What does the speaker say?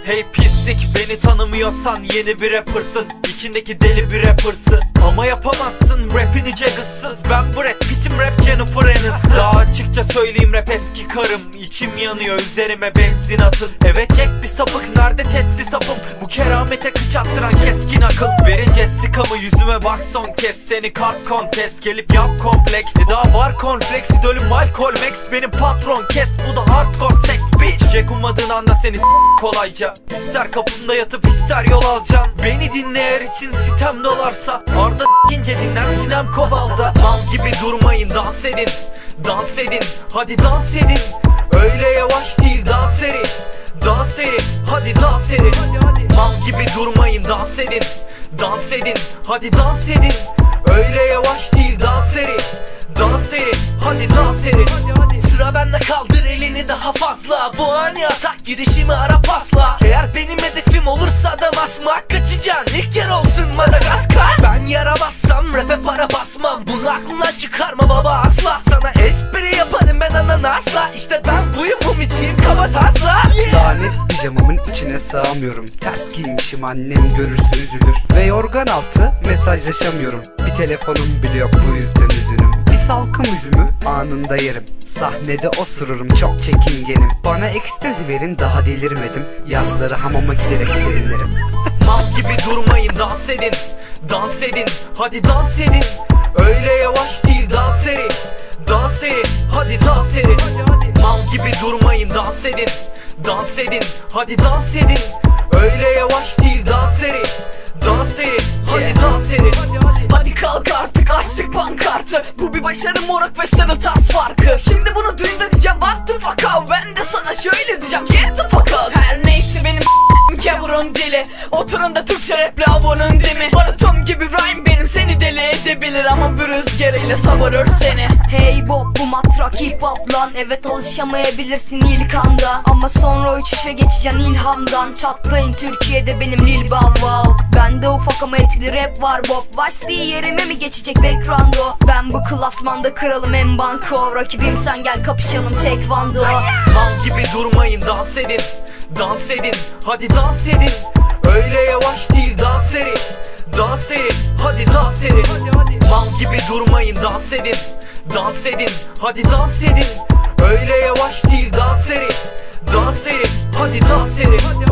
Hey pislik, beni tanımıyorsan yeni bir rappersın. İçindeki deli bir rappersı ama yapamazsın rapini Jaggers'sız. Ben bu rap bitim, rap Jennifer Aniston. Daha açıkça söyleyeyim, rap eski karım. İçim yanıyor, üzerime benzin atın. Evet Jack bir sapık, nerede testi sapım? Bu keramete kıç attıran keskin akıl. Verin Jessica'mı, yüzüme bak son kez. Seni kart kontes, gelip yap kompleks. Daha var konfleks, idolüm Malcolm X. Benim patron kes, bu da hardcore sex bitch. Jack ummadığın anda seni kolayca. İster kapımda yatıp ister yol alacaksın. Beni dinle, eğer için sitem dolarsa Arda ince dinler Sinem Kobal'da. Mal gibi durmayın, dans edin. Dans edin, hadi dans edin. Öyle yavaş değil, daha seri. Daha seri, hadi daha seri. Mal gibi durmayın, dans edin. Dans edin, hadi dans edin. Öyle yavaş değil, daha seri. Daha seri, hadi daha seri. Sıra bende, kaldır elini daha fazla. Bu ani atak girişimi ara pasla. Eğer benim hedefim olursa da basmak, kaçacaksın ilk yer olsun Madagaskar. Ben yaramazsam rap'e para basmam. Bunu aklından çıkarma baba asla. Sana espri yaparım ben ananasla. İşte ben buyum, içiyim kaba tasla. Lanet pijamamın içine sığamıyorum. Ters giymişim, annem görürse üzülür. Ve yorgan altı mesajlaşamıyorum. Bir telefonum bile yok, bu yüzden üzünüm. Bir salkım üzümü anında yerim. Sahnede osururum, çok çekingenim. Bana ekstazi verin, daha delirmedim. Yazları hamama giderek serinlerim. Mal gibi durmayın, dans edin. Dans edin, hadi dans edin. Öyle yavaş değil, daha seri. Daha seri, hadi daha seri. Mal gibi durmayın, dans edin. Dans edin, hadi dans edin. Öyle yavaş değil, daha seri. Daha seri, hadi daha seri. Hadi kalk artık, açtık pankartı. Bu bir başarı moruk ve sarı tas farkı. Şimdi bunu duy da diyeceğim what the fuck out. Ben de sana şöyle diyeceğim get the fuck out. Her neyse benim gavurun dili. Oturun da Türkçe raple avunun dimi. Baratom gibi rhyme benim seni deli edebilir. Ama bir rüzgarıyla savurur seni. Hey Bob, bu matrak hip hop lan. Evet alışamayabilirsin ilk anda, ama sonra uçuşa geçeceksin ilhamdan. Çatlayın Türkiye'de benim Lil Bow Wow. Bende ufak ama etkili rap var Bob. Vice bir yerime mi geçecek background o? Ben bu klasmanda kralım en banko. Rakibim sen, gel kapışalım tekvando. Mal gibi durmayın, dans edin. Dans edin, hadi dans edin. Öyle yavaş değil, daha seri. Daha seri, hadi daha seri. Mal gibi durmayın, dans edin. Dans edin, hadi dans edin. Öyle yavaş değil, daha seri. Daha seri, hadi daha seri.